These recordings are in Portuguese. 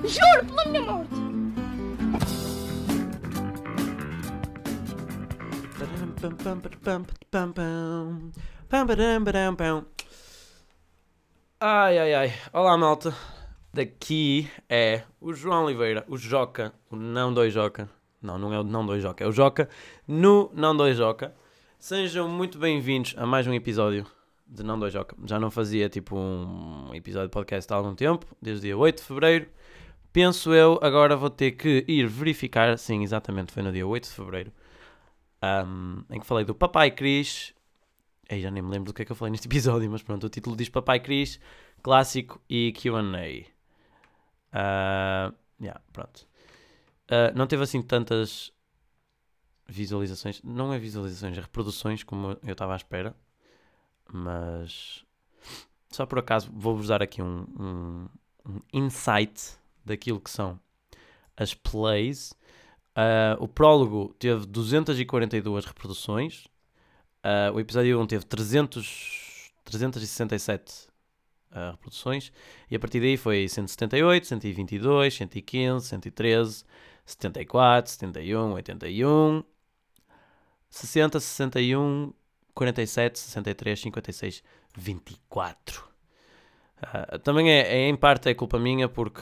Juro pela minha morte. Ai. Olá, malta. Daqui é o João Oliveira, o Joca, o Não Doi Joca. Não é o Não Doi Joca, é o Joca no Não Doi Joca. Sejam muito bem-vindos a mais um episódio de Não Doi Joca. Já não fazia tipo um episódio de podcast há algum tempo, desde dia 8 de Fevereiro. Penso eu, agora vou ter que ir verificar. Sim, exatamente, foi no dia 8 de Fevereiro. Em que falei do Papai Cris. Ei, já nem me lembro do que é que eu falei neste episódio, mas pronto, o título diz Papai Cris, clássico e Q&A. Pronto. Não teve assim tantas visualizações, não é visualizações, é reproduções como eu estava à espera, mas só por acaso vou-vos dar aqui um insight daquilo que são as plays. O prólogo teve 242 reproduções, o episódio 1 teve 367 reproduções, e a partir daí foi 178, 122, 115, 113, 74, 71, 81, 60, 61, 47, 63, 56, 24. Também em parte é culpa minha porque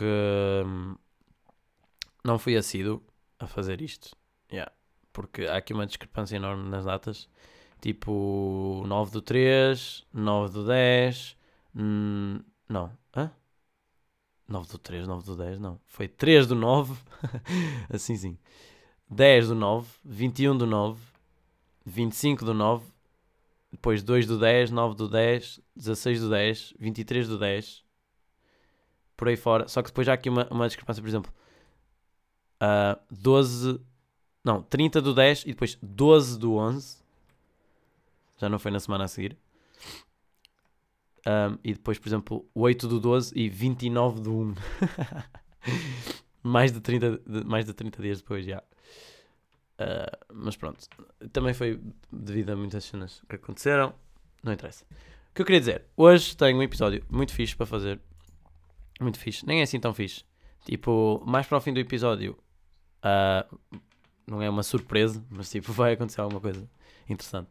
não fui assíduo a fazer isto. Porque há aqui uma discrepância enorme nas datas. Tipo 9 do 3, 9 do 10. Não. 9 do 3, 9 do 10, não. Foi 3 do 9. Assim sim. 10 do 9, 21 do 9, 25 do 9, depois 2 do 10, 9 do 10, 16 do 10, 23 do 10, por aí fora. Só que depois já há aqui uma discrepância, por exemplo, 30 do 10 e depois 12 do 11. Já não foi na semana a seguir. E depois, por exemplo, 8 do 12 e 29 do 1. mais de 30 dias depois, já. Mas pronto. Também foi devido a muitas cenas que aconteceram. Não interessa. O que eu queria dizer? Hoje tenho um episódio muito fixe para fazer. Muito fixe. Nem é assim tão fixe. Tipo, mais para o fim do episódio, não é uma surpresa, mas tipo, vai acontecer alguma coisa interessante.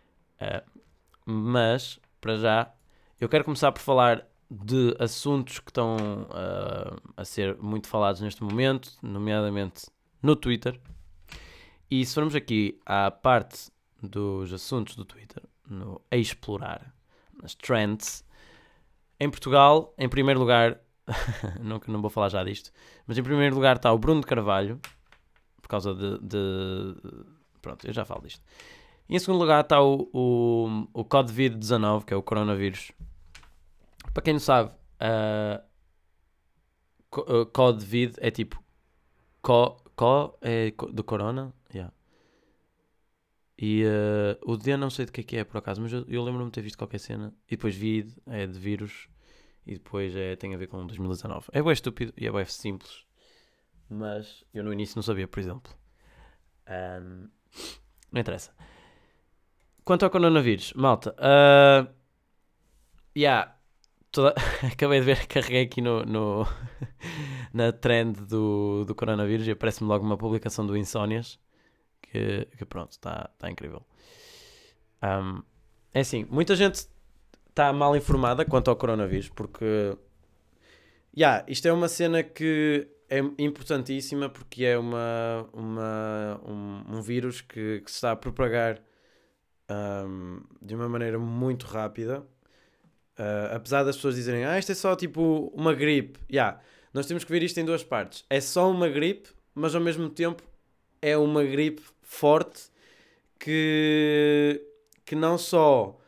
Mas, para já, eu quero começar por falar de assuntos que estão a ser muito falados neste momento, nomeadamente no Twitter. E se formos aqui à parte dos assuntos do Twitter, no a explorar, nas trends, em Portugal, em primeiro lugar, não vou falar já disto, mas em primeiro lugar está o Bruno de Carvalho, por causa pronto, eu já falo disto. E em segundo lugar está o Covid-19, que é o coronavírus. Para quem não sabe, Covid é tipo é do corona. Yeah. E o D não sei de que é por acaso, mas eu lembro-me de ter visto qualquer cena. E depois vid é de vírus. E depois tem a ver com 2019. É bem estúpido e é bem simples. Mas eu no início não sabia, por exemplo. Não interessa. Quanto ao coronavírus, malta, acabei de ver, carreguei aqui na trend do coronavírus e aparece-me logo uma publicação do Insónias que pronto, está incrível. É assim, muita gente está mal informada quanto ao coronavírus porque isto é uma cena que é importantíssima porque é um vírus que se está a propagar de uma maneira muito rápida. Apesar das pessoas dizerem isto é só tipo uma gripe. Nós temos que ver isto em duas partes. É só uma gripe, mas ao mesmo tempo é uma gripe forte que não só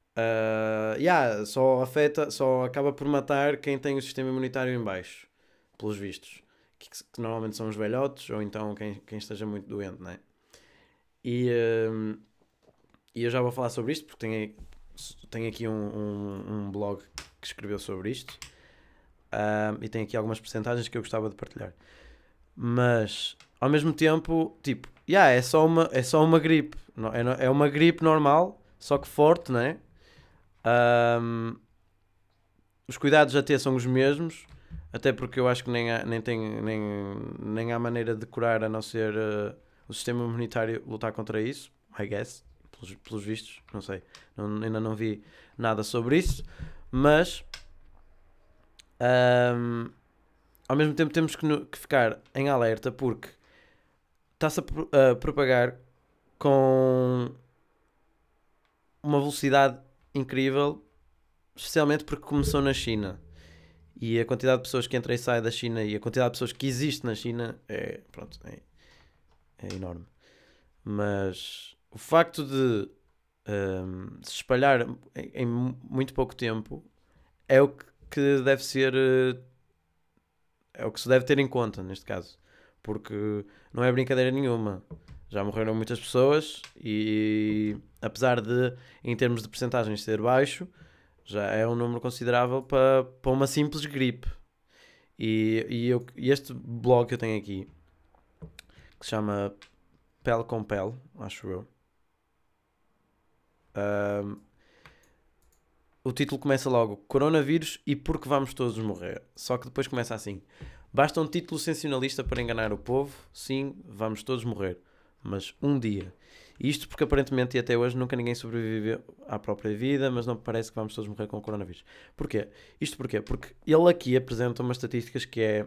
só acaba por matar quem tem o sistema imunitário em baixo, pelos vistos, que normalmente são os velhotes ou então quem esteja muito doente, não é? E eu já vou falar sobre isto porque tenho aqui um blog que escreveu sobre isto e tem aqui algumas percentagens que eu gostava de partilhar. Mas ao mesmo tempo, tipo, é só uma gripe. É uma gripe normal, só que forte, não é? Os cuidados a ter são os mesmos, Até porque eu acho que nem há maneira de curar a não ser o sistema imunitário lutar contra isso, I guess, pelos vistos, não sei. Ainda não vi nada sobre isso, mas ao mesmo tempo temos que ficar em alerta porque está-se a propagar com uma velocidade incrível, especialmente porque começou na China. E a quantidade de pessoas que entra e sai da China e a quantidade de pessoas que existe na China é enorme. Mas o facto de se espalhar em muito pouco tempo é o que deve ser. É o que se deve ter em conta neste caso. Porque não é brincadeira nenhuma. Já morreram muitas pessoas e apesar de, em termos de percentagens, ser baixo, já é um número considerável para uma simples gripe. E este blog que eu tenho aqui, que se chama Pele com Pele, acho eu, o título começa logo: Coronavírus e porque vamos todos morrer. Só que depois começa assim: basta um título sensacionalista para enganar o povo. Sim, vamos todos morrer. Mas um dia. Isto porque aparentemente e até hoje nunca ninguém sobreviveu à própria vida, mas não parece que vamos todos morrer com o coronavírus. Porquê? Isto porquê? Porque ele aqui apresenta umas estatísticas que é...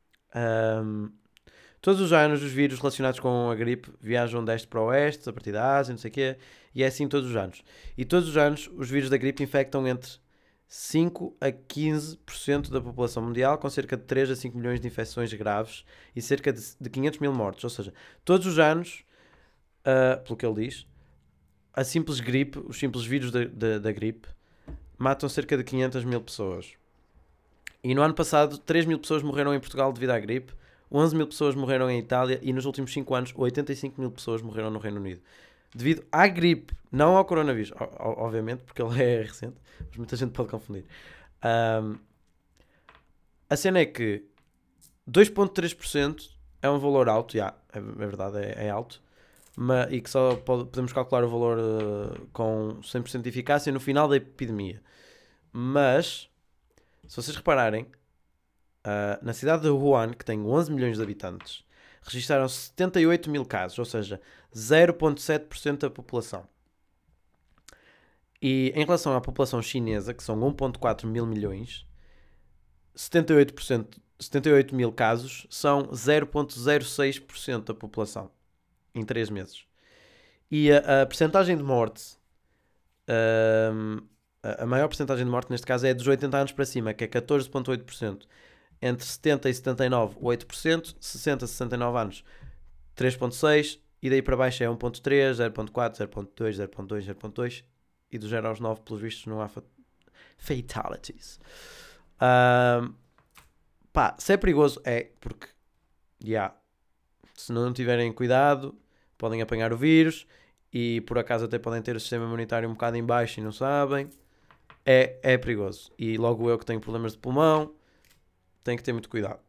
todos os anos os vírus relacionados com a gripe viajam de este para o oeste, a partir da Ásia, não sei o quê, e é assim todos os anos. E todos os anos os vírus da gripe infectam entre 5 a 15% da população mundial, com cerca de 3 a 5 milhões de infecções graves e cerca de 500 mil mortes. Ou seja, todos os anos, pelo que ele diz, a simples gripe, os simples vírus da gripe, matam cerca de 500 mil pessoas. E no ano passado, 3 mil pessoas morreram em Portugal devido à gripe, 11 mil pessoas morreram em Itália e nos últimos 5 anos, 85 mil pessoas morreram no Reino Unido. Devido à gripe, não ao coronavírus, obviamente, porque ele é recente, mas muita gente pode confundir. A cena é que 2,3% é um valor alto, é verdade, é alto, e que só podemos calcular o valor com 100% de eficácia no final da epidemia. Mas, se vocês repararem, na cidade de Wuhan, que tem 11 milhões de habitantes, registaram 78 mil casos, ou seja, 0,7% da população. E em relação à população chinesa, que são 1,4 mil milhões, 78 mil casos são 0,06% da população em 3 meses. E a percentagem de morte, a maior percentagem de morte neste caso é dos 80 anos para cima, que é 14,8%. Entre 70 e 79, 8%, 60 a 69 anos, 3,6%, e daí para baixo é 1,3%, 0,4%, 0,2%, 0,2%, 0,2%, e do 0 aos 9, pelos vistos, não há fatalities. Se é perigoso, é porque, se não tiverem cuidado, podem apanhar o vírus, e por acaso até podem ter o sistema imunitário um bocado em baixo e não sabem. É perigoso. E logo eu que tenho problemas de pulmão, tenho que ter muito cuidado.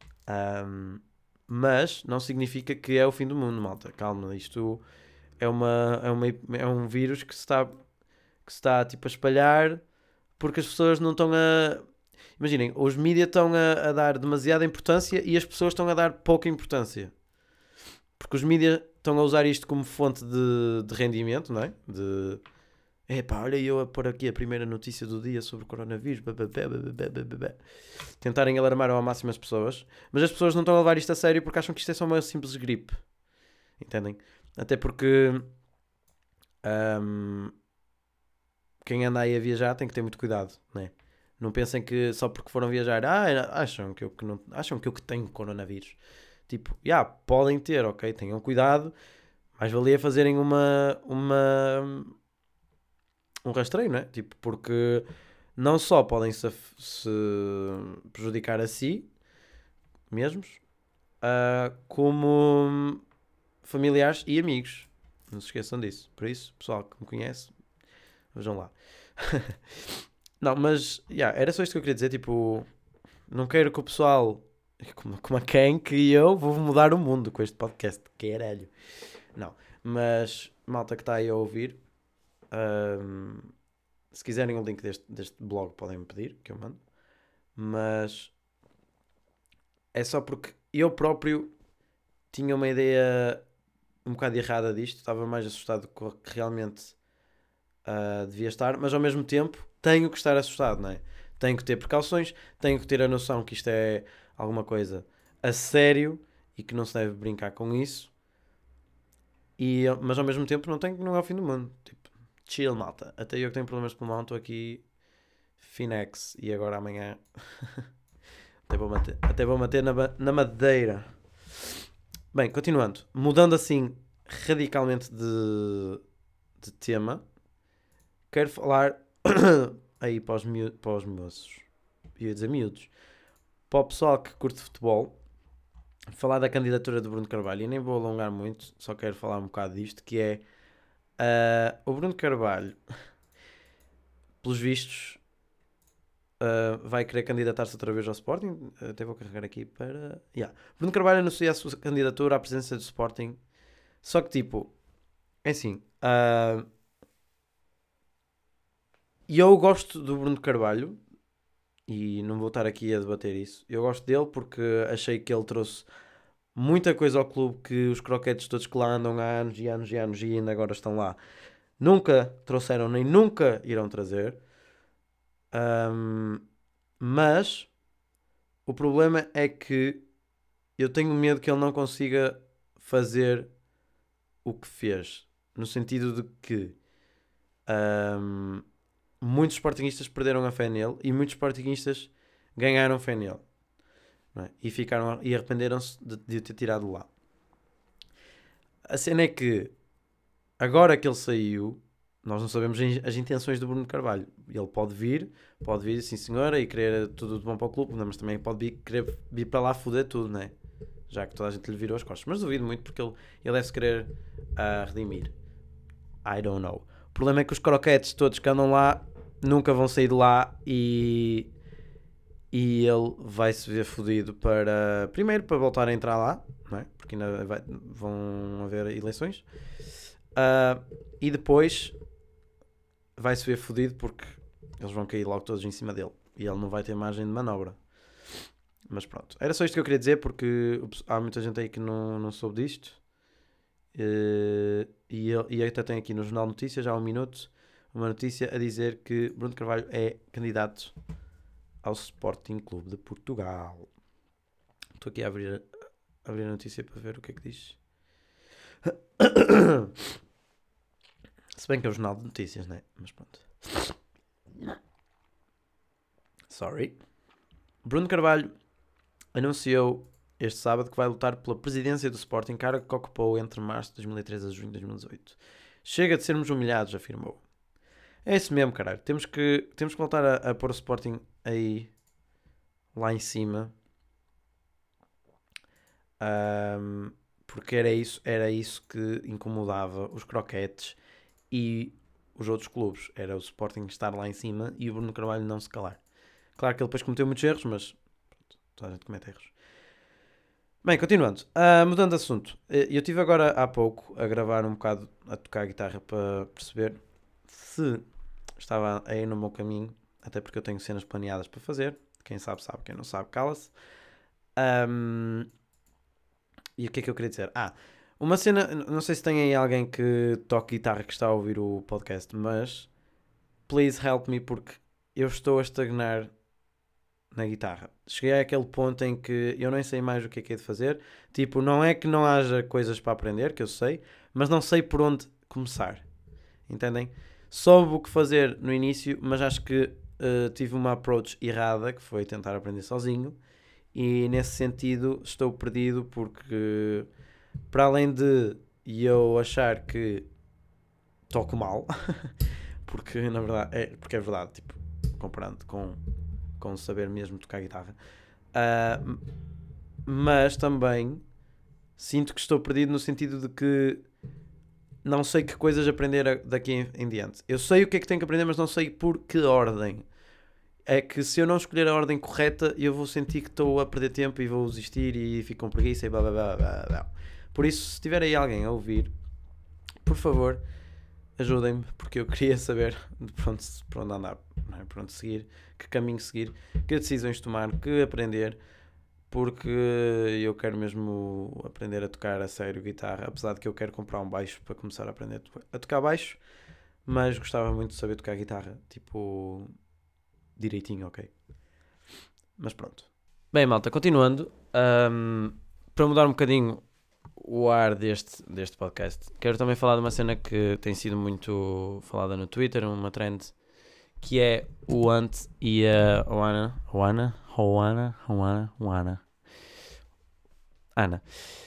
Mas não significa que é o fim do mundo, malta. Calma, isto é um vírus que se está tipo, a espalhar porque as pessoas não estão a... Imaginem, os mídias estão a dar demasiada importância e as pessoas estão a dar pouca importância. Porque os mídias estão a usar isto como fonte de rendimento, não é? Olha eu a pôr aqui a primeira notícia do dia sobre o coronavírus. Tentarem alarmar ao máximo as pessoas. Mas as pessoas não estão a levar isto a sério porque acham que isto é só uma simples gripe. Entendem? Até porque quem anda aí a viajar tem que ter muito cuidado, né? Não pensem que só porque foram viajar acham que eu que tenho coronavírus. Tipo, podem ter, ok? Tenham cuidado. Mas valia fazerem um rastreio, não é? Tipo, porque não só podem se prejudicar a si mesmos, como familiares e amigos. Não se esqueçam disso. Por isso, pessoal que me conhece, vejam lá. Não, mas era só isto que eu queria dizer. Tipo, não quero que o pessoal, como a quem que eu vou mudar o mundo com este podcast. Caralho. Não, mas malta que está aí a ouvir, se quiserem o link deste blog podem me pedir, que eu mando. Mas é só porque eu próprio tinha uma ideia um bocado errada disto, estava mais assustado com o que realmente devia estar, mas ao mesmo tempo tenho que estar assustado, não é? Tenho que ter precauções, tenho que ter a noção que isto é alguma coisa a sério e que não se deve brincar com isso, mas ao mesmo tempo não é o fim do mundo. Tipo, chill, malta. Até eu que tenho problemas de pulmão, estou aqui Finex e agora amanhã até vou bater na madeira. Bem, continuando. Mudando assim radicalmente de tema, quero falar aí para os moços, ia dizer miúdos, para o pessoal que curte futebol, falar da candidatura de Bruno Carvalho. E nem vou alongar muito, só quero falar um bocado disto, que é o Bruno Carvalho, pelos vistos, vai querer candidatar-se outra vez ao Sporting. Até vou carregar aqui para... Bruno Carvalho anuncia a sua candidatura à presidência do Sporting. Só que tipo, é assim, eu gosto do Bruno Carvalho e não vou estar aqui a debater isso. Eu gosto dele porque achei que ele trouxe muita coisa ao clube que os croquetes todos que lá andam há anos e anos e anos e ainda agora estão lá nunca trouxeram nem nunca irão trazer. Mas o problema é que eu tenho medo que ele não consiga fazer o que fez, no sentido de que muitos sportinguistas perderam a fé nele e muitos sportinguistas ganharam fé nele, não é? E arrependeram-se de o ter tirado lá. A cena é que agora que ele saiu, nós não sabemos as intenções do Bruno Carvalho. Ele pode vir sim senhora, e querer tudo de bom para o clube, mas também pode querer vir para lá foder tudo, não é? Já que toda a gente lhe virou as costas. Mas duvido muito porque ele deve-se querer redimir. I don't know. O problema é que os croquetes todos que andam lá nunca vão sair de lá e ele vai se ver fodido primeiro para voltar a entrar lá, não é? Porque ainda vão haver eleições, e depois vai se ver fodido porque eles vão cair logo todos em cima dele e ele não vai ter margem de manobra. Mas pronto, era só isto que eu queria dizer porque há muita gente aí que não soube disto. E até tem aqui no Jornal Notícias, já há um minuto, uma notícia a dizer que Bruno Carvalho é candidato ao Sporting Clube de Portugal. Estou aqui a abrir a notícia para ver o que é que diz. Se bem que é o Jornal de Notícias, não é? Mas pronto. Sorry. Bruno Carvalho anunciou este sábado que vai lutar pela presidência do Sporting, cargo que ocupou entre março de 2013 a junho de 2018. Chega de sermos humilhados, afirmou. É isso mesmo, caralho. Temos que voltar a pôr o Sporting aí, lá em cima. Porque era isso que incomodava os croquetes e os outros clubes. Era o Sporting estar lá em cima e o Bruno Carvalho não se calar. Claro que ele depois cometeu muitos erros, mas pronto, toda a gente comete erros. Bem, continuando. Mudando de assunto. Eu estive agora há pouco a gravar um bocado, a tocar a guitarra para perceber se estava aí no meu caminho, até porque eu tenho cenas planeadas para fazer. Quem sabe, sabe. Quem não sabe, cala-se. E o que é que eu queria dizer? Uma cena, não sei se tem aí alguém que toque guitarra que está a ouvir o podcast, mas please help me porque eu estou a estagnar na guitarra. Cheguei àquele ponto em que eu nem sei mais o que é de fazer. Tipo, não é que não haja coisas para aprender, que eu sei, mas não sei por onde começar. Entendem? Soube o que fazer no início, mas acho que tive uma approach errada, que foi tentar aprender sozinho. E nesse sentido estou perdido porque, para além de eu achar que toco mal, porque na verdade é verdade, tipo, comparando com saber mesmo tocar guitarra, mas também sinto que estou perdido no sentido de que não sei que coisas aprender daqui em diante. Eu sei o que é que tenho que aprender, mas não sei por que ordem. É que se eu não escolher a ordem correta, eu vou sentir que estou a perder tempo e vou desistir e fico com preguiça e blá blá blá blá blá. Por isso, se tiver aí alguém a ouvir, por favor, ajudem-me, porque eu queria saber por onde andar, não é? Por onde seguir, que caminho seguir, que decisões tomar, que aprender, porque eu quero mesmo aprender a tocar a sério guitarra, apesar de que eu quero comprar um baixo para começar a aprender a tocar baixo, mas gostava muito de saber tocar guitarra, tipo, direitinho, ok? Mas pronto. Bem, malta, continuando, para mudar um bocadinho o ar deste podcast, quero também falar de uma cena que tem sido muito falada no Twitter, uma trend, que é o Ant e a Ana,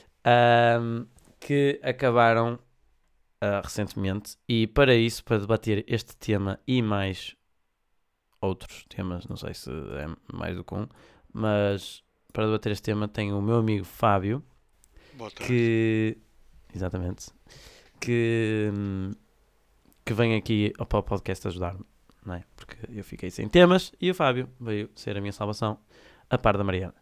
que acabaram recentemente, e para isso, para debater este tema e mais outros temas, não sei se é mais do que um, mas para debater este tema tenho o meu amigo Fábio, que exatamente, que vem aqui para o podcast ajudar-me, não é? Porque eu fiquei sem temas e o Fábio veio ser a minha salvação, a par da Mariana.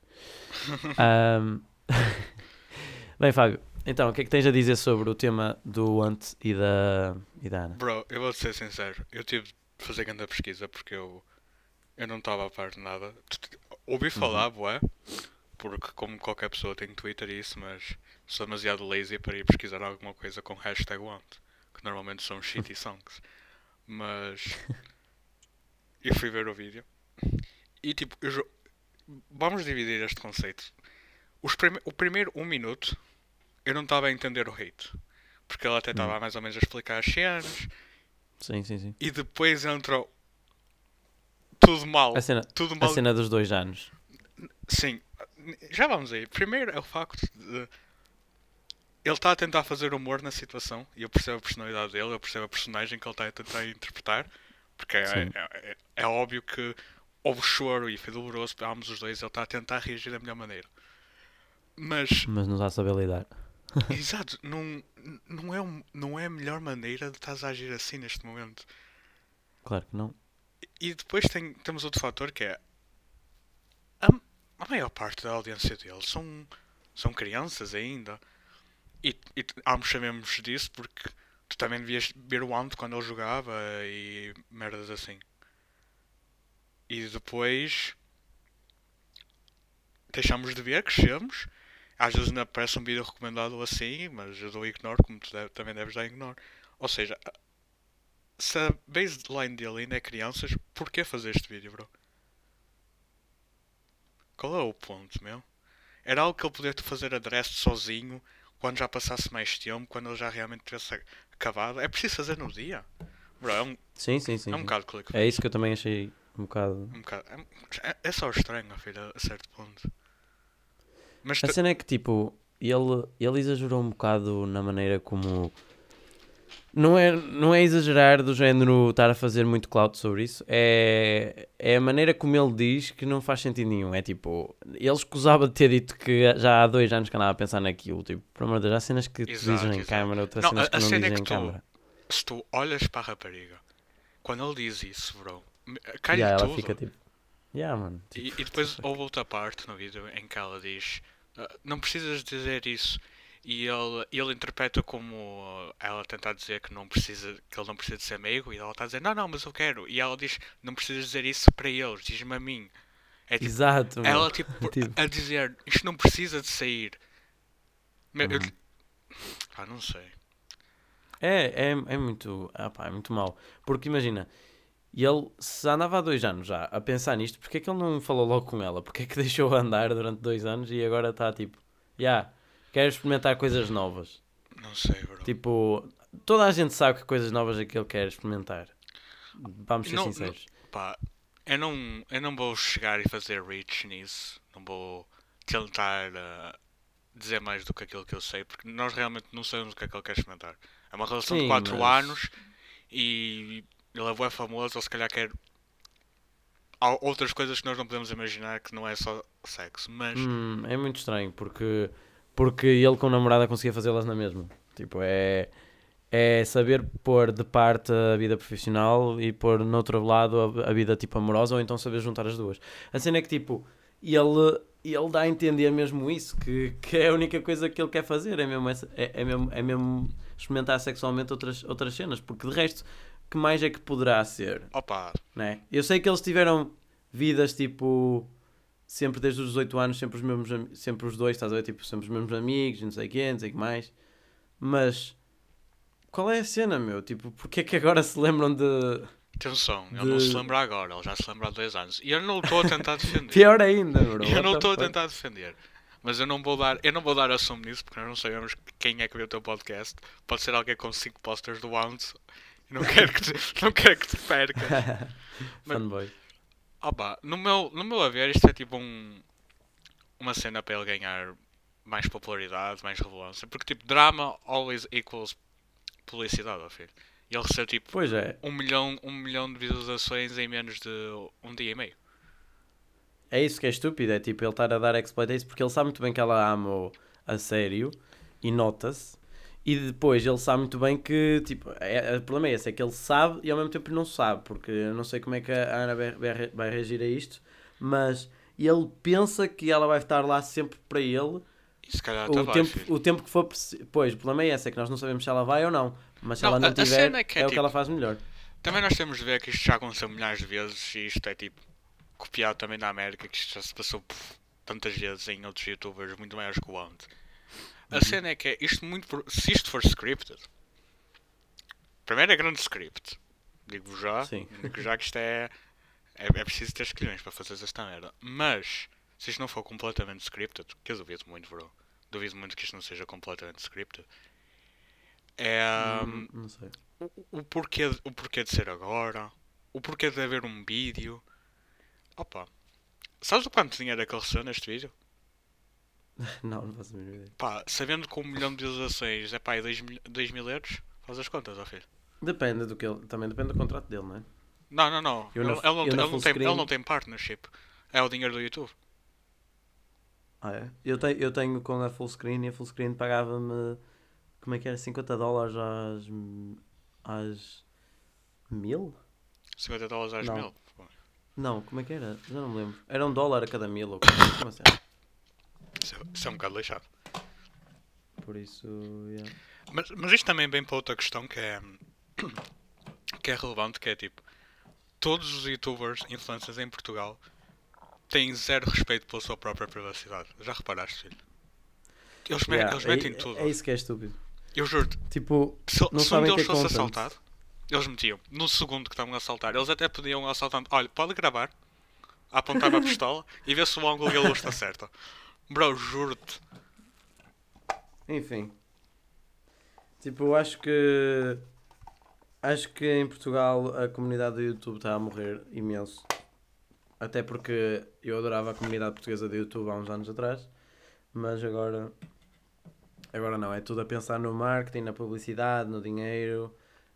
Bem, Fábio, então, o que é que tens a dizer sobre o tema do Ant e da Ana? Bro, eu vou-te ser sincero, eu tive de fazer grande pesquisa porque eu não estava a par de nada. Ouvi falar, bué, porque como qualquer pessoa tem Twitter e isso, mas sou demasiado lazy para ir pesquisar alguma coisa com hashtag want, que normalmente são shitty songs. Mas eu fui ver o vídeo e tipo, vamos dividir este conceito. O primeiro 1 minuto eu não estava a entender o hate, porque ele até estava mais ou menos a explicar as cenas. Sim. E depois entrou tudo mal. Tudo mal. A cena dos 2 anos. Sim, já vamos aí. Primeiro é o facto de ele está a tentar fazer humor na situação e eu percebo a personalidade dele, eu percebo a personagem que ele está a tentar interpretar, porque é óbvio que houve choro e foi doloroso para ambos os dois, ele está a tentar reagir da melhor maneira. Mas não está a saber lidar. Exato, não é a melhor maneira de estás a agir assim neste momento. Claro que não. E depois temos outro fator que é a maior parte da audiência dele são crianças ainda. E ambos sabemos disso porque tu também devias ver o Ant quando ele jogava e merdas assim. E depois deixamos de ver, crescemos. Às vezes ainda aparece um vídeo recomendado assim, mas eu dou ignore, como tu também deves dar ignore. Ou seja, se a baseline dele ainda é crianças, porquê fazer este vídeo, bro? Qual é o ponto, meu? Era algo que ele poderia fazer address sozinho, quando já passasse mais tempo, quando ele já realmente tivesse acabado. É preciso fazer no dia. Bro, sim. É um bocado clickbait. É isso que eu também achei um bocado... É só estranho, filho, a certo ponto. Mas a cena é que, tipo, ele exagerou um bocado na maneira como... Não é exagerar do género estar a fazer muito clout sobre isso. É a maneira como ele diz que não faz sentido nenhum. É tipo, ele escusava de ter dito que já há 2 anos que andava a pensar naquilo. Tipo, por amor de Deus, há cenas que tu dizes em câmara, outras cenas que não dizem em câmara. Se tu olhas para a rapariga, quando ele diz isso, bro, cai-lhe ela tudo. fica tipo... mano. Tipo, e depois houve outra parte no vídeo em que ela diz: não precisas dizer isso. E ele interpreta como ela tentar dizer que ele não precisa de ser amigo. E ela está a dizer: não, mas eu quero. E ela diz: não precisas dizer isso para eles, diz-me a mim. É tipo, exato, ela tipo, a dizer: isto não precisa de sair. Não sei. É muito... é muito mau. Porque imagina... E ele se andava há 2 anos já a pensar nisto, porque é que ele não falou logo com ela? Porque é que deixou andar durante 2 anos e agora está tipo, quero experimentar coisas novas? Não sei, bro. Tipo, toda a gente sabe que coisas novas é que ele quer experimentar. Vamos ser sinceros. Eu não vou chegar e fazer reach nisso. Não vou tentar dizer mais do que aquilo que eu sei, porque nós realmente não sabemos o que é que ele quer experimentar. É uma relação de 4 anos e ele é bué famoso, ele se calhar quer outras coisas que nós não podemos imaginar, que não é só sexo, mas... É muito estranho, porque ele com a namorada conseguia fazê-las na mesma. Tipo, é saber pôr de parte a vida profissional e pôr no outro lado a vida tipo amorosa, ou então saber juntar as duas. A cena é que tipo, ele dá a entender mesmo isso, que é a única coisa que ele quer fazer, é mesmo experimentar sexualmente outras cenas, porque de resto, que mais é que poderá ser? Opa! Né? Eu sei que eles tiveram vidas tipo sempre desde os 18 anos, sempre os mesmos, sempre os dois, estás a ver? Tipo, sempre os mesmos amigos, não sei o quê, não sei o que mais. Mas qual é a cena, meu? Tipo, porque é que agora se lembram de. Atenção, ele não se de... lembra agora, ele já se lembra há 2 anos. E eu não o estou a tentar defender. Pior ainda, bro. E eu What não the estou a fuck? tentar defender. Mas eu não vou dar assumo nisso porque nós não sabemos quem é que vê o teu podcast. Pode ser alguém com 5 posters do Wounds. Não quero que te, não quero que te percas. Mas, Fanboy. opa, no meu haver, isto é tipo uma cena para ele ganhar mais popularidade, mais relevância. Porque tipo, drama always equals publicidade, ó filho. E ele recebeu tipo Pois é. 1 milhão de visualizações em menos de um dia e meio. É isso que é estúpido. É tipo ele estar a dar exploit a isso porque ele sabe muito bem que ela ama a sério e nota-se. E depois ele sabe muito bem que, tipo, o problema é esse, é que ele sabe e ao mesmo tempo não sabe, porque eu não sei como é que a Ana vai reagir a isto, mas ele pensa que ela vai estar lá sempre para ele E se calhar até vai, filho. o tempo que for preciso. Pois, o problema é esse, é que nós não sabemos se ela vai ou não, mas se Não, ela não a tiver, cena é que é é o que tipo. ela faz melhor. Também nós temos de ver que isto já aconteceu milhares de vezes e isto é tipo copiado também na América, que isto já se passou tantas vezes em outros youtubers muito maiores que o Ant. A cena é que é isto muito. Se isto for scripted, primeiro é grande script. Sim. Digo já que isto é preciso ter escolhões para fazer esta merda. Mas, se isto não for completamente scripted, que eu duvido muito, bro. Duvido muito que isto não seja completamente scripted. É. Não sei. O porquê de ser agora, o porquê de haver um vídeo. Opa, sabes o quanto dinheiro é que ele recebeu neste vídeo? Não faço a mínima ideia. Pá, sabendo que 1 milhão de visualizações é pá, 2 mil euros, faz as contas, ó filho. Depende do que ele. Também depende do contrato dele, não é? Não, não, não. Eu Ele, na, ele não, eu na ele, não full tem, screen. ele não tem partnership. É o dinheiro do YouTube. Ah, é? Eu tenho com a full screen e a full screen pagava-me. Como é que era? $50 às 1000? 50 dólares às Não. mil. Não, como é que era? Já não me lembro. Era $1 a cada 1000 ou como assim? Isso é um bocado lixado. Por isso, yeah. Mas isto também vem para outra questão que é relevante, que é tipo, todos os youtubers, influencers em Portugal têm zero respeito pela sua própria privacidade. Já reparaste, filho? Eles metem tudo. É isso que é estúpido. Eu juro-te, Tipo, se não um sabem deles ter fosse content. assaltado, eles metiam no segundo que estavam a assaltar. Eles até pediam ao assaltante: olha, pode gravar, apontar a pistola e ver se o ângulo e a luz está certa. Bro, juro-te. Enfim. Tipo, acho que em Portugal a comunidade do YouTube está a morrer imenso. Até porque eu adorava a comunidade portuguesa do YouTube há uns anos atrás. Mas agora não, é tudo a pensar no marketing, na publicidade, no dinheiro,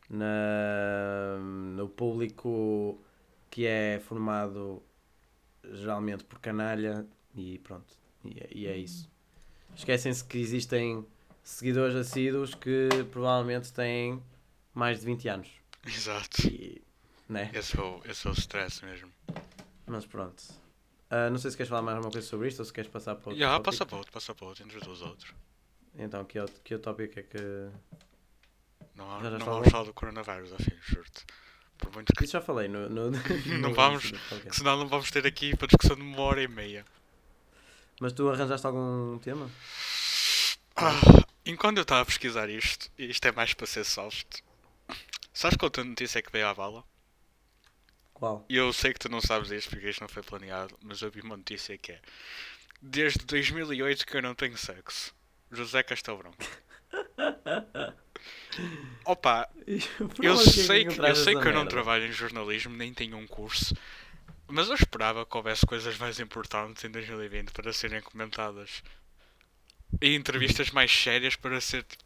no público que é formado geralmente por canalha e pronto. E é isso. Esquecem-se que existem seguidores assíduos que provavelmente têm mais de 20 anos. Exato. E, né? Esse é o stress mesmo. Mas pronto. Não sei se queres falar mais alguma coisa sobre isto ou se queres passar para outro tópico. Passa para outro, introduz outro. Então, que tópico é que... Não Já vamos falei? falar do coronavírus, afim, juro-te. Por muito que Isso já falei no não vamos, que senão não vamos ter aqui para discussão de 1 hora e meia. Mas tu arranjaste algum tema? Enquanto eu estava a pesquisar isto, e isto é mais para ser soft, sabes qual outra notícia é que veio à bala? Qual? E eu sei que tu não sabes isto porque isto não foi planeado, mas eu vi uma notícia que é: desde 2008 que eu não tenho sexo. José Castelo Branco. Opa, eu sei que eu não trabalho em jornalismo, nem tenho um curso, mas eu esperava que houvesse coisas mais importantes em 2020 para serem comentadas. E entrevistas mais sérias para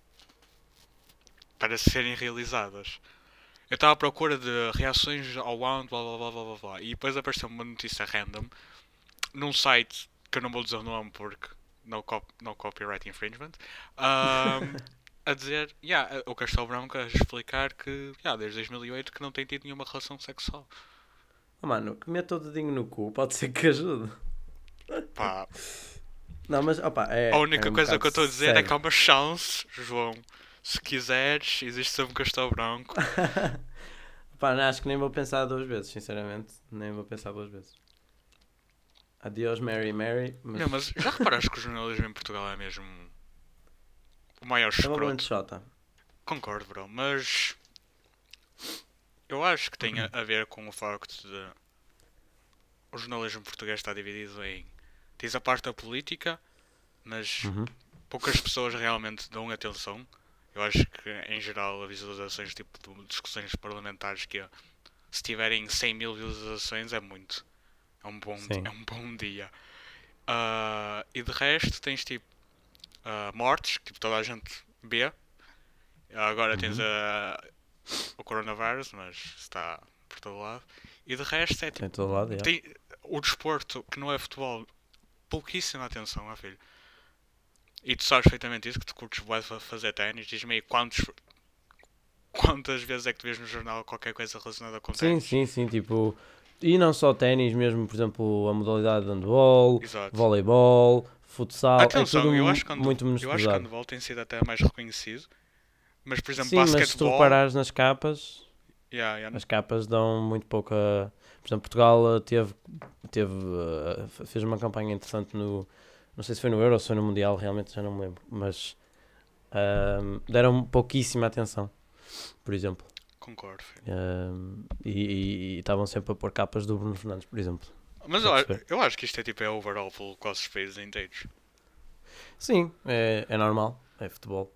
serem realizadas. Eu estava à procura de reações ao Wound, blá blá blá blá blá blá. E depois apareceu uma notícia random num site que eu não vou dizer o nome porque no copyright infringement. A dizer, o Castelo Branco a explicar que desde 2008 que não tem tido nenhuma relação sexual. Oh, mano, que meta o dedinho no cu, pode ser que ajude. Pá, Não, mas opa, a única um coisa que eu estou a dizer sério. é que há uma chance, João. Se quiseres, existe sempre Castelo Branco. Pá, não, acho que nem vou pensar duas vezes, sinceramente. Nem vou pensar duas vezes. Adeus, Mary Mary. Não, mas já reparaste que o jornalismo em Portugal é mesmo o maior É uma grande escroto? chota. Concordo, bro, mas eu acho que tem a ver com o facto de o jornalismo português está dividido em. Tens a parte da política, mas Uhum. poucas pessoas realmente dão atenção. Eu acho que, em geral, a visualizações tipo de discussões parlamentares que se tiverem 100 mil visualizações é muito. É Sim. um bom dia. E de resto tens tipo mortes, que tipo, toda a gente vê. Agora tens Uhum. o coronavírus, mas está por todo lado. E de resto é Tem tipo. todo lado, já. Tem, o desporto, que não é futebol, pouquíssima atenção, filho. E tu sabes perfeitamente isso, que tu curtes bué de fazer ténis. Diz-me aí quantas vezes é que tu vês no jornal qualquer coisa relacionada com Sim, ténis. sim, sim, tipo... E não só ténis, mesmo, por exemplo, a modalidade de handball, Exato. voleibol, futsal, é tudo Atenção, muito eu acho que menosprezado. handball tem sido até mais reconhecido. Mas, por exemplo, Sim, mas se tu basquetebol. reparares nas capas, Yeah, yeah. as capas dão muito pouca... Por exemplo, Portugal fez uma campanha interessante no... Não sei se foi no Euro ou se foi no Mundial, realmente já não me lembro. Mas deram pouquíssima atenção, por exemplo. Concordo, filho. E estavam sempre a pôr capas do Bruno Fernandes, por exemplo. Mas Para perceber. eu acho que isto é tipo é overall por quase os países inteiros. Sim, é normal. É futebol.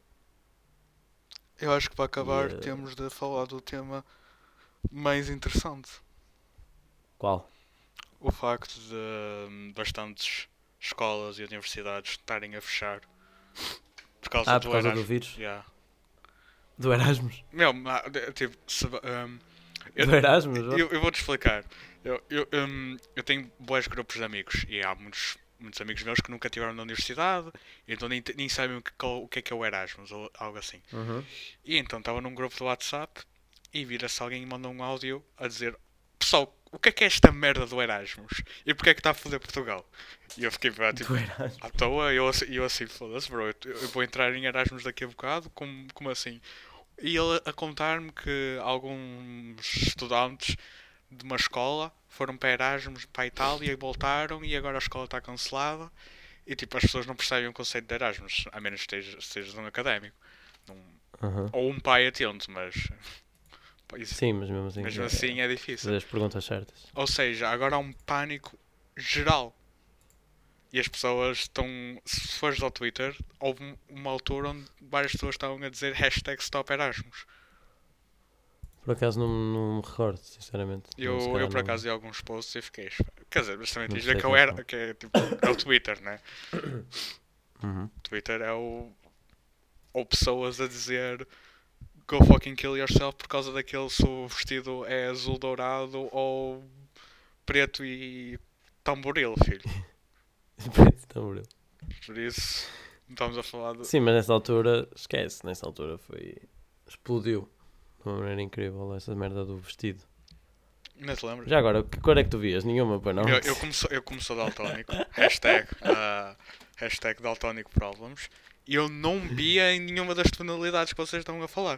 Eu acho que para E, acabar temos de falar do tema mais interessante. qual? O facto de bastantes escolas e universidades estarem a fechar por causa Por do causa do Erasmus. vírus? Yeah. Do Erasmus? Meu, tipo, eu, Do Erasmus? What? eu vou-te explicar. Eu tenho bons grupos de amigos e há muitos amigos meus que nunca tiveram na universidade, então nem sabem o que é o Erasmus ou algo assim. Uhum. E então estava num grupo do WhatsApp e vira-se alguém e manda um áudio a dizer: Pessoal, o que é esta merda do Erasmus? E porquê é que está a foder Portugal? E eu fiquei tipo, Do Erasmus. à toa, eu assim, foda-se, bro, eu vou entrar em Erasmus daqui a bocado, como assim? E ele a contar-me que alguns estudantes de uma escola foram para Erasmus para a Itália e voltaram e agora a escola está cancelada e tipo as pessoas não percebem o conceito de Erasmus, a menos que estejas um académico. Uhum. Ou um pai atento, mas isso, Sim, mas mesmo assim, mesmo assim é difícil. fazer as perguntas certas. Ou seja, agora há um pânico geral. E as pessoas estão. Se fores ao Twitter, houve uma altura onde várias pessoas estavam a dizer hashtag Stop Erasmus. Por acaso não me recordo, sinceramente. Não, se Eu calhar por não, acaso vi alguns posts e fiquei. Quer dizer, mas também não tens de ver prestei que eu era. atenção. Que é, tipo, é o Twitter, né? Uhum. O Twitter é o. Ou pessoas a dizer go fucking kill yourself por causa daquele se o vestido é azul dourado ou preto e tamboril, filho. Então, bro. Por isso, não estamos a falar de. Sim, mas nessa altura, esquece, nessa altura foi. Explodiu de uma maneira incrível essa merda do vestido. Não te lembras? Já agora, que cor é que tu vias? Nenhuma, pois não? Eu como sou daltónico, hashtag daltónico problems, e eu não via em nenhuma das tonalidades que vocês estão a falar.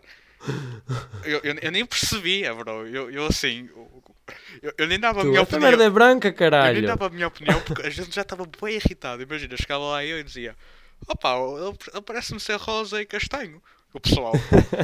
Eu nem percebia, bro. Eu assim, eu nem dava a minha Esta opinião. merda é branca, Eu nem caralho! dava a minha opinião porque a gente já estava bem irritado. Imagina, chegava lá e eu dizia: Opa, ele parece-me ser rosa e castanho. O pessoal,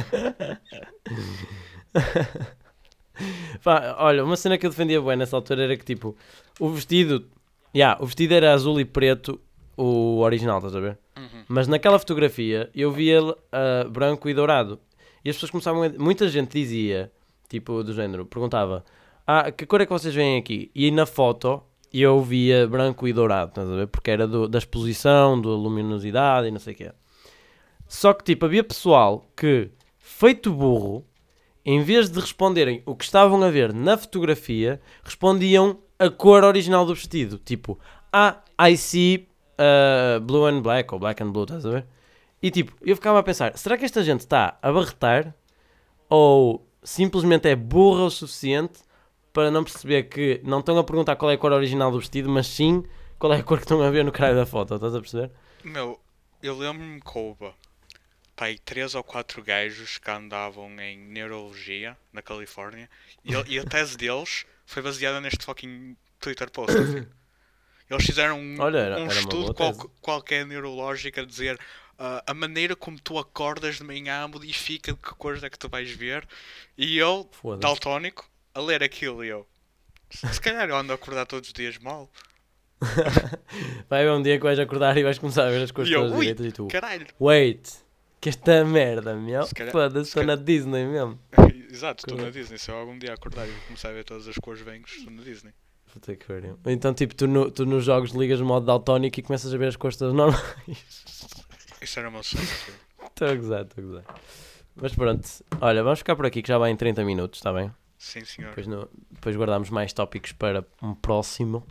Pá, olha, uma cena que eu defendia bem nessa altura era que tipo, o vestido. O vestido era azul e preto, o original, estás a ver? uhum. Mas naquela fotografia eu via ele branco e dourado. E as pessoas começavam a... Muita gente dizia, tipo, do género, perguntava: que cor é que vocês veem aqui? E na foto eu via branco e dourado, estás a ver? Porque era da exposição, da luminosidade e não sei o quê. Só que tipo, havia pessoal que, feito burro, em vez de responderem o que estavam a ver na fotografia, respondiam a cor original do vestido. Tipo, I see blue and black, ou black and blue, estás a ver? E tipo, eu ficava a pensar, será que esta gente está a barretar? Ou simplesmente é burra o suficiente para não perceber que não estão a perguntar qual é a cor original do vestido, mas sim qual é a cor que estão a ver no caralho da foto, estás a perceber? Meu, eu lembro-me que houve pai, 3 ou 4 gajos que andavam em neurologia na Califórnia e a tese deles foi baseada neste fucking Twitter post. Filho. Eles fizeram um, Olha, era um uma estudo boa tese. qualquer neurológico a dizer a maneira como tu acordas de manhã modifica de que cores é que tu vais ver. E eu, Foda-se. daltónico, a ler aquilo e eu. Se calhar eu ando a acordar todos os dias mal. Vai haver um dia que vais acordar e vais começar a ver as coisas E eu, todas ui, direitas e tu. caralho. Wait, que esta merda, meu. Se calhar- Foda-se, se estou na calhar- Disney mesmo. Exato, estou na Correto. Disney. Se eu algum dia acordar e começar a ver todas as cores bem, estou na Disney. Puta que pariu. Então, tipo, tu nos jogos ligas o modo daltónico e começas a ver as cores todas normais. Isso era o meu sonho. Estou a gozar, estou a gozar. Mas pronto, olha, vamos ficar por aqui que já vai em 30 minutos, está bem? Sim, senhor. Depois guardamos mais tópicos para um próximo.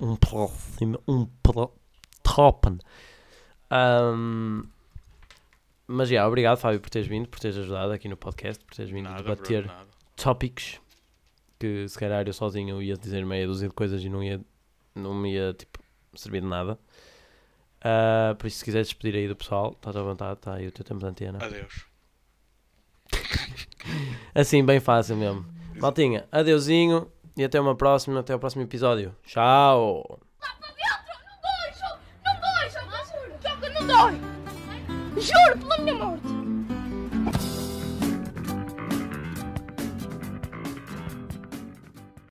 Tropen. Mas já, obrigado, Fábio, por teres vindo, por teres ajudado aqui no podcast, por teres vindo Nada, debater Bruno, nada. tópicos que se calhar eu sozinho ia dizer meia dúzia de coisas e não me ia tipo, servir de nada. Por isso, se quiseres despedir aí do pessoal, estás à vontade, está aí o teu tempo de antena. Adeus. Assim, bem fácil mesmo. Maltinha, adeusinho e até uma próxima, até o próximo episódio. Tchau! Não dói, não dói, Joca, não dói. Juro pela minha morte.